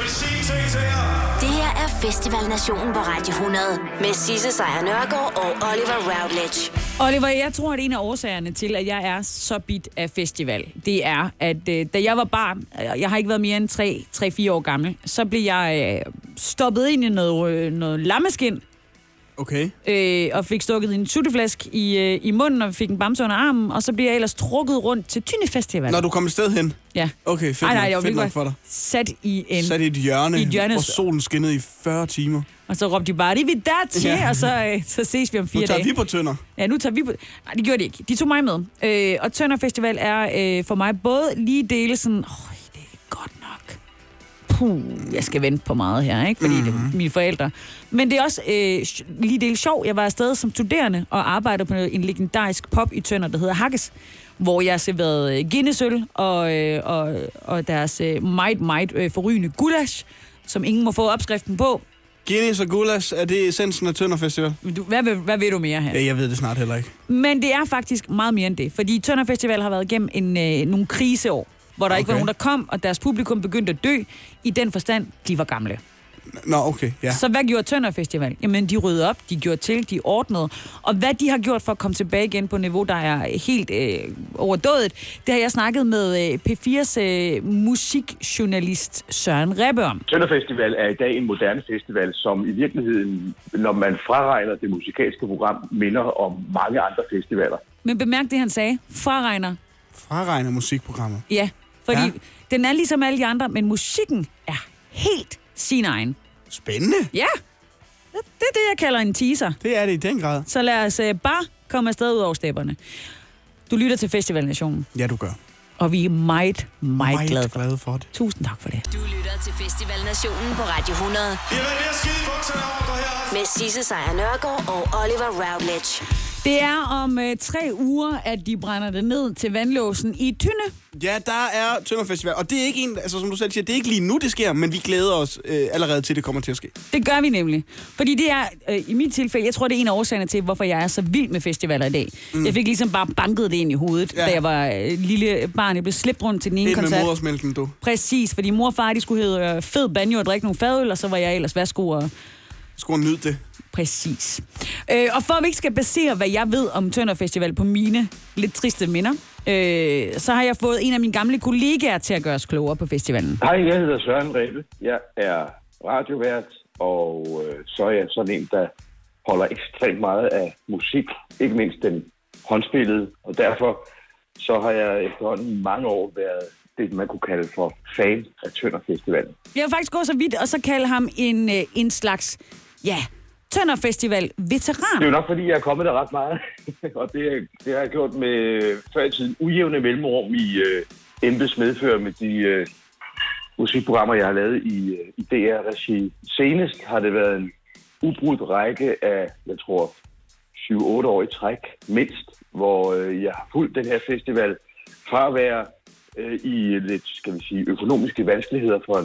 Det her er Festival Nationen på Radio hundrede med Sisse Sejr Nørgaard og Oliver Routledge. Oliver, jeg tror, at en af årsagerne til, at jeg er så bit af festival, det er, at øh, da jeg var barn, jeg har ikke været mere end tre fire år gammel, så blev jeg øh, stoppet ind i noget, øh, noget lammeskin. Okay. Øh, og fik stukket en sutteflask i, øh, i munden, og fik en bamse under armen, og så blev jeg ellers trukket rundt til Thyne Festival. Når du kom et sted hen? Ja. Okay, fedt, Ej, nej, jeg fedt var nok for dig. Sat i en... Sat i et hjørne, i et hjørne, hvor solen skinnede i fyrre timer. Og så råbte de bare, det er vi der til, ja. og så, øh, så ses vi om fire dage. Nu tager dage. vi på Tønder. Ja, nu tager vi på... Nej, det gjorde de ikke. De tog mig med. Øh, og Tønder Festival er øh, for mig både lige dele sådan... Åh, det er godt nok. Puh, jeg skal vente på meget her, ikke? Fordi mm-hmm. det er mine forældre. Men det er også øh, lige del sjov. Jeg var afsted som studerende og arbejdede på en legendarisk pop i Tønder, der hedder Haggis, hvor jeg serverede Guinness-øl og, øh, og, og deres øh, meget, meget øh, forrygende gulasch, som ingen må få opskriften på. Guinness og gulasch, er det essensen af Tønder Festival? Du, hvad, hvad, hvad ved du mere her? Ja, jeg ved det snart heller ikke. Men det er faktisk meget mere end det, fordi Tønder Festival har været igennem en, øh, nogle kriseår, hvor der okay. ikke var nogen, der kom, og deres publikum begyndte at dø. I den forstand, de var gamle. Nå, okay, ja. Så hvad gjorde Tønder Festival? Jamen, de ryddede op, de gjorde til, de ordnede. Og hvad de har gjort for at komme tilbage igen på et niveau, der er helt øh, overdådet, det har jeg snakket med øh, P fires øh, musikjournalist Søren Rebbe om. Tønder Festival er i dag en moderne festival, som i virkeligheden, når man fraregner det musikalske program, minder om mange andre festivaler. Men bemærk det, han sagde. Fraregner. Fraregner musikprogrammer? Ja, fordi ja. den er ligesom alle de andre, men musikken er helt sin egen. Spændende. Ja, det er det, jeg kalder en teaser. Det er det i den grad. Så lad os uh, bare komme afsted ud over stepperne. Du lytter til Festival Nationen. Ja, du gør. Og vi er meget, meget, meget glade, for. glade for det. Tusind tak for det. Du lytter til Festival Nationen på Radio hundrede. Med Sisse Sejr Nørgaard og Oliver Routledge. Det er om øh, tre uger, at de brænder det ned til vandlåsen i Thyne. Ja, der er Tønder Festival, og det er ikke en, altså som du selv siger, det er ikke lige nu, det sker, men vi glæder os øh, allerede til, det kommer til at ske. Det gør vi nemlig. Fordi det er, øh, i mit tilfælde, jeg tror, det er en af årsagerne til, hvorfor jeg er så vild med festivaler i dag. Mm. Jeg fik ligesom bare banket det ind i hovedet, ja. da jeg var øh, lille barn. Jeg blev slæbt rundt til den ene ind koncert. Med modersmælken, du. Præcis, fordi mor og far, de skulle hedde øh, fed banjo og drikke nogle fadøl, og så var jeg ellers værsgo og... Skulle nyde det. Præcis. Øh, og for at vi ikke skal basere, hvad jeg ved om Tønder Festival på mine lidt triste minder, øh, så har jeg fået en af mine gamle kollegaer til at gøre os klogere på festivalen. Hej, jeg hedder Søren Rebbe. Jeg er radiovært, og øh, så er jeg sådan en, der holder ekstremt meget af musik, ikke mindst den håndspillede, og derfor så har jeg efterhånden mange år været det, man kunne kalde for fan af Tønder Festivalen. Jeg vil faktisk gå så vidt og så kalde ham en, en slags, ja, Tønder Festival veteran. Det er jo nok, fordi jeg er kommet der ret meget, og det, det har jeg gjort med før i tiden ujævne mellemrum i øh, embedsmedfører med de øh, musikprogrammer, jeg har lavet i, øh, i D R-regi. Senest har det været en ubrudt række af, jeg tror, syv otte år i træk, mindst, hvor øh, jeg har fulgt den her festival fra at være øh, i lidt, skal vi sige, økonomiske vanskeligheder for en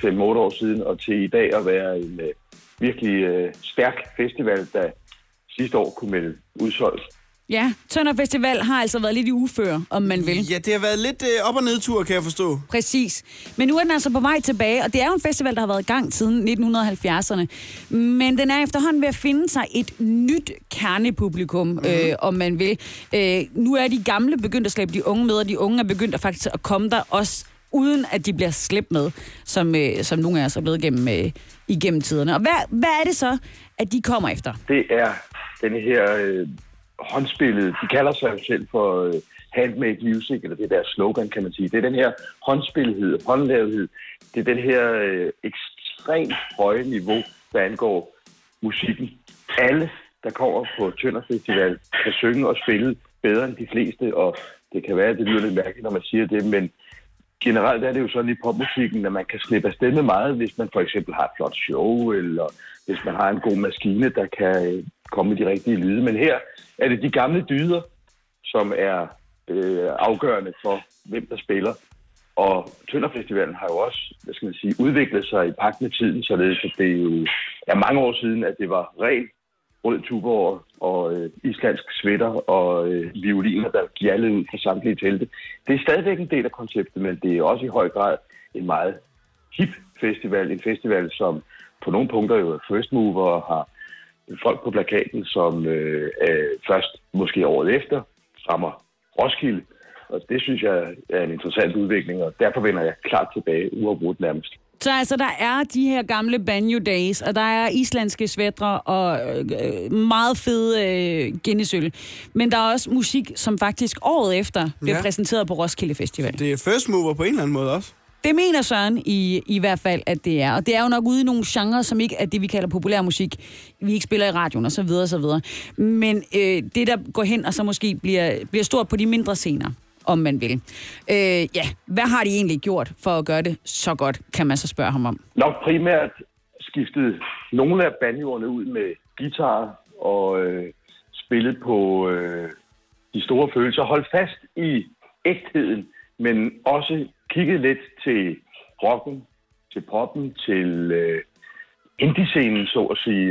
fem otte år siden, og til i dag at være en øh, virkelig øh, stærk festival, der sidste år kunne melde udsolgt. Ja, Tønder Festival har altså været lidt i ufør, om man vil. Ja, det har været lidt øh, op- og nedtur, kan jeg forstå. Præcis. Men nu er den altså på vej tilbage, og det er jo en festival, der har været i gang siden nitten halvfjerdserne. Men den er efterhånden ved at finde sig et nyt kernepublikum, mm-hmm. øh, om man vil. Øh, nu er de gamle begyndt at slæbe de unge med, og de unge er begyndt at faktisk at komme der også, uden at de bliver slæbt med, som, øh, som nogle af os er blevet gennem, øh, igennem tiderne. Og hvad, hvad er det så, at de kommer efter? Det er denne her... Øh håndspillet, de kalder sig jo selv for uh, handmade music, eller det der slogan, kan man sige. Det er den her håndspillethed, håndlavethed. Det er den her uh, ekstremt høje niveau, der angår musikken. Alle, der kommer på Tønder Festival, kan synge og spille bedre end de fleste, og det kan være, at det lyder lidt mærkeligt, når man siger det, men generelt er det jo sådan i popmusikken, at man kan slippe afsted med meget, hvis man for eksempel har et flot show, eller hvis man har en god maskine, der kan komme med de rigtige lyde. Men her er det de gamle dyder, som er øh, afgørende for, hvem der spiller. Og Tønder Festivalen har jo også, hvad skal man sige, udviklet sig i pagt med tiden, således at det jo er mange år siden, at det var ren rød tuborg og øh, islandsk sweater og øh, violiner, der gjaldede ud fra samtlige telte. Det er stadigvæk en del af konceptet, men det er også i høj grad en meget hip festival. En festival, som på nogle punkter jo er first mover og har folk på plakaten, som øh, øh, først måske året efter rammer Roskilde. Og det synes jeg er en interessant udvikling, og derfor vender jeg klart tilbage uafbrudt nærmest. Så altså, der er de her gamle banjo days, og der er islandske sweatre og øh, meget fede øh, Guinness-øl. Men der er også musik, som faktisk året efter bliver ja. præsenteret på Roskilde Festival. Det er first mover på en eller anden måde også. Det mener Søren i, i hvert fald, at det er. Og det er jo nok ude i nogle genrer, som ikke er det, vi kalder populærmusik. Vi ikke spiller i radioen og så videre og så videre. Men øh, det, der går hen og så måske bliver, bliver stort på de mindre scener, om man vil. Øh, ja, hvad har de egentlig gjort for at gøre det så godt, kan man så spørge ham om? Nok primært skiftet nogle af banjoerne ud med guitar og øh, spillet på øh, de store følelser. Holdt fast i ægtheden, men også kigget lidt til rocken, til poppen, til øh, indie-scenen, så at sige.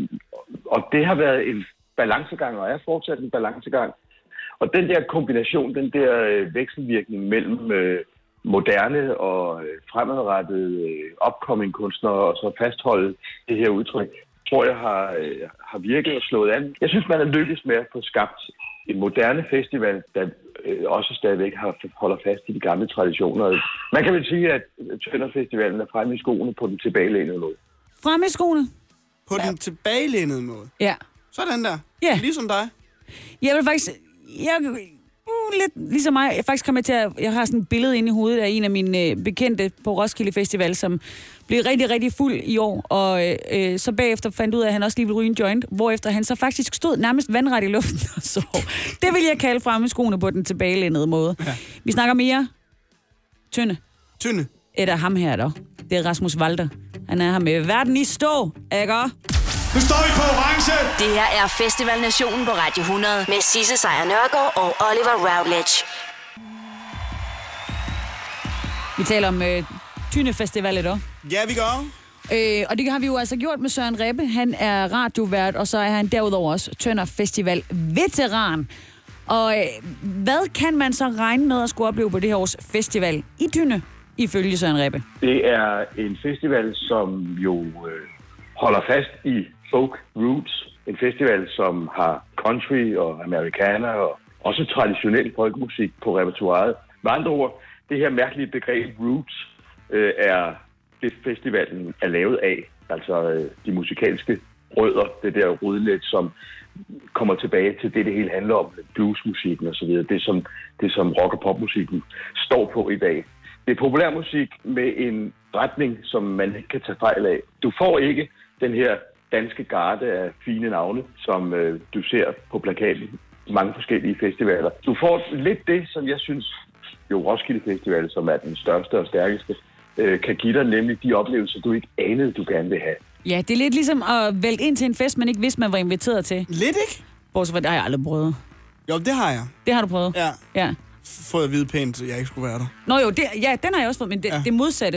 Og det har været en balancegang, og er fortsat en balancegang. Og den der kombination, den der øh, vekselvirkning mellem øh, moderne og øh, fremadrettede øh, upcoming-kunstnere, og så fastholde det her udtryk, tror jeg har, øh, har virket og slået an. Jeg synes, man er lykkedes med at få skabt en moderne festival, der øh, også stadigvæk har, holder fast i de gamle traditioner. Man kan vel sige, at Tønder Festivalen er fremme i skoene på den tilbagelænede måde. Fremme i skoene? På ja. den tilbagelænede måde? Ja. Sådan der? Ja. Ligesom dig? Jeg vil faktisk... Jeg, uh, lidt ligesom mig. Jeg faktisk kommer til at... Jeg har sådan et billede inde i hovedet af en af mine øh, bekendte på Roskilde Festival, som blev rigtig, rigtig fuld i år. Og øh, så bagefter fandt ud af, at han også lige ville ryge en joint, hvorefter han så faktisk stod nærmest vandret i luften og så. Det vil jeg kalde fremme skoene på den tilbagelænede måde. Ja. Vi snakker mere. Tønde. Tønde. Et af ham her, der. Det er Rasmus Walter. Han er her med Verden i stå, ikke? Nu står vi på orange! Det her er Festival Nationen på Radio hundrede med Sisse Sejr Nørgaard og Oliver Routledge. Vi taler om øh, Tønder Festival i dag. Ja, vi gør. Øh, og det har vi jo altså gjort med Søren Rebbe. Han er radiovært, og så er han derudover også Tønder Festival veteran. Og øh, hvad kan man så regne med at skulle opleve på det her års festival i Tønder, ifølge Søren Rebbe? Det er en festival, som jo øh, holder fast i folk roots. En festival, som har country og americana og også traditionel folkemusik på repertoiret. Med andre ord, det her mærkelige begreb roots øh, er det festivalen er lavet af. Altså øh, de musikalske rødder, det der rodnet, som kommer tilbage til det, det hele handler om, bluesmusikken osv. Det som, det, som rock- og popmusikken står på i dag. Det er populærmusik med en retning, som man ikke kan tage fejl af. Du får ikke den her danske garde af fine navne, som øh, du ser på plakaten i mange forskellige festivaler. Du får lidt det, som jeg synes, jo Roskilde Festival, som er den største og stærkeste, øh, kan give dig, nemlig de oplevelser, du ikke anede, du gerne vil have. Ja, det er lidt ligesom at vælte ind til en fest, man ikke vidste, man var inviteret til. Lidt, ikke? Bortset fra, det har jeg aldrig prøvet. Jo, det har jeg. Det har du prøvet? Ja. Ja. Fået at vide pænt, så jeg ikke skulle være der. Nå jo, det, ja, den har jeg også fået, men det, ja. det modsatte.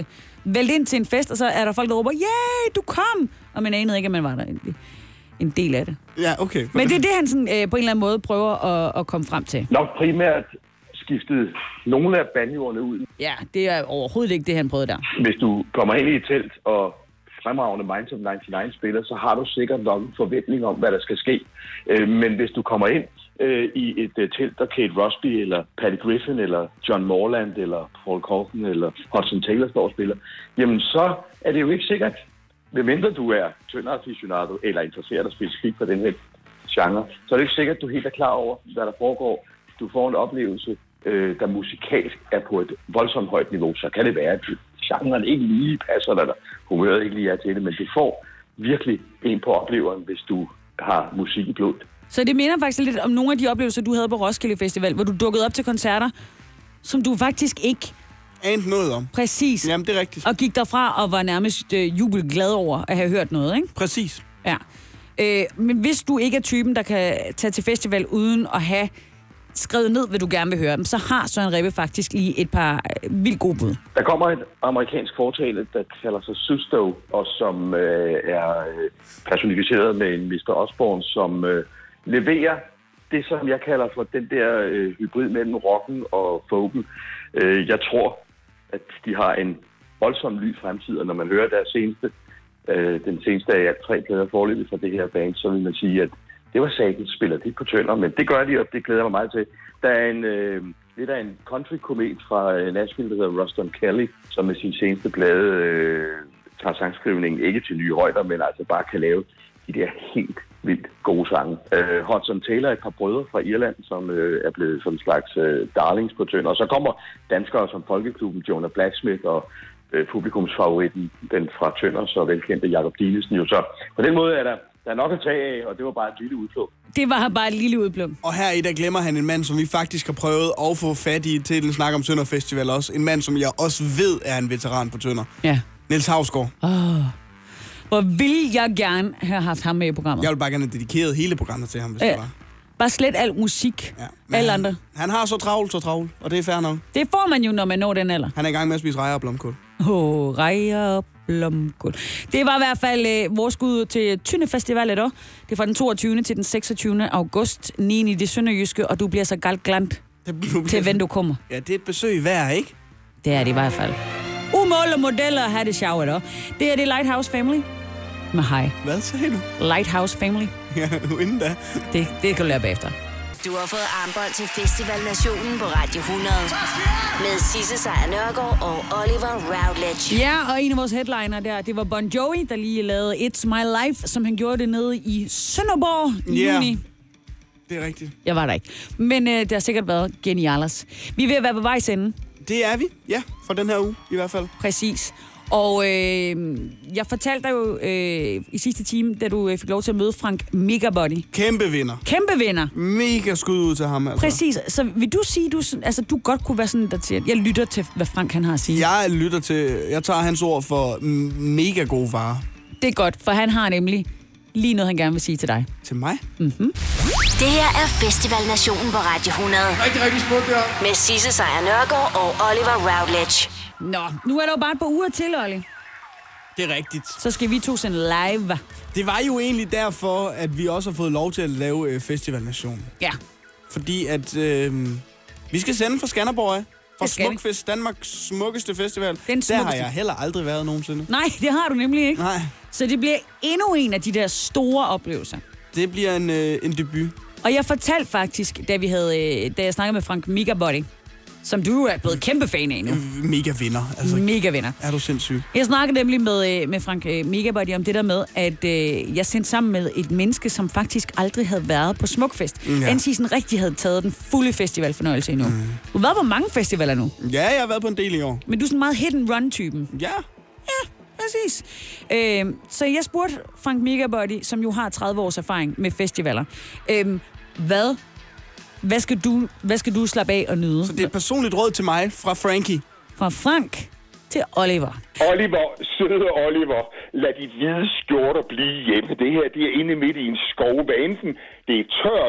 vælte ind til en fest, og så er der folk, der råber, yay, du kom! Og man anede ikke, at man var der en, en del af det. Ja, okay. Men det er det, han sådan, øh, på en eller anden måde prøver at, at komme frem til. Nok primært skiftet nogle af banjordene ud. Ja, det er overhovedet ikke det, han prøvede der. Hvis du kommer ind i et telt og fremragende Minds of nioghalvfems spiller, så har du sikkert nok en forventning om, hvad der skal ske. Men hvis du kommer ind i et telt, der Kate Rusby, eller Patty Griffin, eller John Morland, eller Paul Corkin, eller Hudson Taylor står og spiller, jamen så er det jo ikke sikkert, medmindre du er Tønder aficionado, eller interesserer dig specifikt for den her genre, så er det ikke sikkert, at du helt er klar over, hvad der foregår. Du får en oplevelse, der musikalsk er på et voldsomt højt niveau, så kan det være, at genren ikke lige passer dig, humøret ikke lige er til det, men du får virkelig en på opleveren, hvis du har musik i blodet. Så det minder faktisk lidt om nogle af de oplevelser, du havde på Roskilde Festival, hvor du dukkede op til koncerter, som du faktisk ikke anede noget om. Præcis. Jamen, det er rigtigt. Og gik derfra og var nærmest øh, jubelglad over at have hørt noget, ikke? Præcis. Ja. Øh, men hvis du ikke er typen, der kan tage til festival uden at have skrevet ned, hvad du gerne vil høre, så har Søren Rebbe faktisk lige et par vildt gode bud. Der kommer et amerikansk fortale, der kalder sig Susto, og som øh, er personificeret med en mister Osborne, som øh, leverer det, som jeg kalder for den der øh, hybrid mellem rocken og folken. Øh, jeg tror, at de har en voldsom lys fremtid, og når man hører deres seneste, øh, den seneste af tre plader forløbet fra det her band, så vil man sige, at det var satans, spiller de på Tønder, men det gør de, og det glæder mig meget til. Der er en, øh, lidt af en country-komet fra Nashville, der hedder Ruston Kelly, som med sin seneste plade øh, tager sangskrivningen ikke til nye højder, men altså bare kan lave de der helt vildt gode sange. Øh, Hudson Taylor er et par brødre fra Irland, som øh, er blevet som en slags øh, darlings på Tønder. Og så kommer danskere som Folkeklubben, Jonah Blacksmith og øh, publikumsfavoritten, den fra Tønder, så velkendte Jakob Dinesen jo. Så på den måde er der Der er nok at tage af, og det var bare et lille udpluk. Det var bare et lille udpluk. Og her i der glemmer han en mand, som vi faktisk har prøvet at få fat i til en snak om Tønder Festival også. En mand, som jeg også ved er en veteran på Tønder. Ja. Niels Hausgaard. Åh, oh. Hvor vil jeg gerne have haft ham med i programmet. Jeg vil bare gerne have dedikeret hele programmet til ham, hvis Æh, det var. Bare slet al musik. Ja, alle andre. Han har så travlt, så travlt, og det er fair nok. Det får man jo, når man når den alder. Han er i gang med at spise rejer og blomkål. Åh, oh, rejer og blomkål. Det var i hvert fald øh, vores skud til Tønder Festival, det er fra den toogtyvende til den seksogtyvende august, niende i det sønderjyske, og du bliver så galt glant til, hvem du kommer. Ja, det er et besøg værd, ikke? Det er det i hvert fald. Umål og modeller at have det sjovt, da. Det er det Lighthouse Family. Med hej. Hvad sagde du? Lighthouse Family. Ja, inden da. Det, det kan du lære bagefter. Du har fået armbånd til Festival Nationen på Radio hundrede. Med Sisse Sejr Nørgaard og Oliver Routledge. Ja, og en af vores headliner der, det var Bon Jovi, der lige lavede It's My Life, som han gjorde det nede i Sønderborg i yeah. juni. Det er rigtigt. Jeg var der ikke. Men øh, det har sikkert været genialers. Vi er ved at være på vej sende. Det er vi, ja, for den her uge i hvert fald. Præcis. Og øh, jeg fortalte dig jo øh, i sidste time, da du øh, fik lov til at møde Frank Megabody. Kæmpe vinder. Kæmpe vinder. Mega skud ud til ham, altså. Præcis. Så vil du sige, du, altså, du godt kunne være sådan der til, at jeg lytter til, hvad Frank han har at sige? Jeg lytter til, jeg tager hans ord for mega gode varer. Det er godt, for han har nemlig lige noget, han gerne vil sige til dig. Til mig? Mhm. Det her er Festival Nationen på Radio hundrede. Rigtig, rigtig smukt, der. Med Sisse Sejr Nørgaard og Oliver Routledge. Nå, nu er der jo bare et par uger til, Olli. Det er rigtigt. Så skal vi to sende live. Det var jo egentlig derfor, at vi også har fået lov til at lave øh, Festival Nation. Ja. Fordi at øh, vi skal sende fra Skanderborg, fra Smukfest, Danmarks smukkeste festival. Den smukkeste. Der har jeg heller aldrig været nogensinde. Nej, det har du nemlig ikke. Nej. Så det bliver endnu en af de der store oplevelser. Det bliver en, øh, en debut. Og jeg fortalte faktisk, da, vi havde, øh, da jeg snakkede med Frank Megabody, som du er blevet kæmpe fan af nu. Mega vinder. Altså, Mega vinder. Er du sindssyg? Jeg snakkede nemlig med, med Frank Megabody om det der med, at øh, jeg sendte sammen med et menneske, som faktisk aldrig havde været på Smukfest. Ja. Ansi sådan rigtig havde taget den fulde festivalfornøjelse endnu. Mm. Du har været på mange festivaler nu. Ja, jeg har været på en del i år. Men du er sådan meget hit-and-run-typen. Ja. Ja, præcis. Øh, så jeg spurgte Frank Megabody, som jo har tredive års erfaring med festivaler, øh, hvad... Hvad skal, du, hvad skal du slappe af og nyde? Så det er et personligt råd til mig fra Frankie. Fra Frank til Oliver. Oliver, søde Oliver, lad de hvide skjorter blive hjemme. Det her, det er inde midt i en skov. Hvad enten det er tørt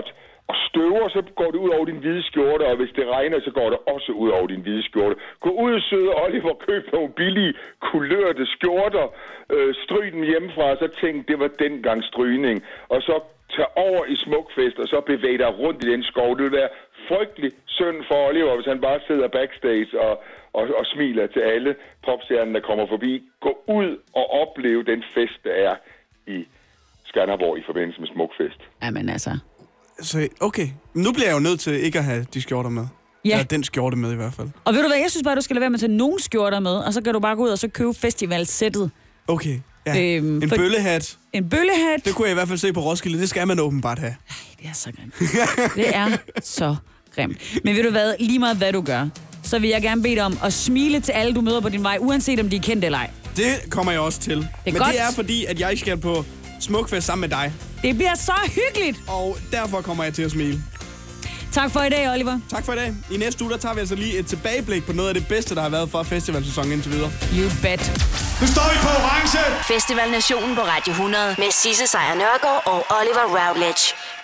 og støver, så går det ud over din hvide skjorte, og hvis det regner, så går det også ud over din hvide skjorte. Gå ud, søde Oliver, køb nogle billige, kulørte skjorter, øh, stryg dem hjemmefra, og så tænk, det var dengang strygning. Og så tag over i Smukfest, og så bevæg dig rundt i den skov. Det vil være frygtelig synd for Oliver, hvis han bare sidder backstage og, og, og smiler til alle popstjerner, der kommer forbi. Gå ud og opleve den fest, der er i Skanderborg i forbindelse med Smukfest. Jamen altså... Så, okay. Nu bliver jeg jo nødt til ikke at have de skjorter med. Ja. Eller den skjorte med i hvert fald. Og ved du hvad, jeg synes bare, du skal lade være med at tage nogen skjorter med, og så kan du bare gå ud og så købe festivalsættet. Okay, ja. Øhm, en for... bøllehat. En bøllehat. Det kunne jeg i hvert fald se på Roskilde. Det skal man åbenbart have. Ej, det er så grimt. Det er så grimt. Men ved du hvad, lige meget hvad du gør, så vil jeg gerne bede dig om at smile til alle, du møder på din vej, uanset om de er kendte eller ej. Det kommer jeg også til. Det er Men godt. det er fordi, at jeg skal på Smukfest sammen med dig. Det bliver så hyggeligt. Og derfor kommer jeg til at smile. Tak for i dag, Oliver. Tak for i dag. I næste uge, der tager vi altså lige et tilbageblik på noget af det bedste, der har været fra festivalsæsonen indtil videre. You bet. Nu står vi på orange. Festival Nationen på Radio hundrede med Sisse Sejr Nørgaard og Oliver Routledge.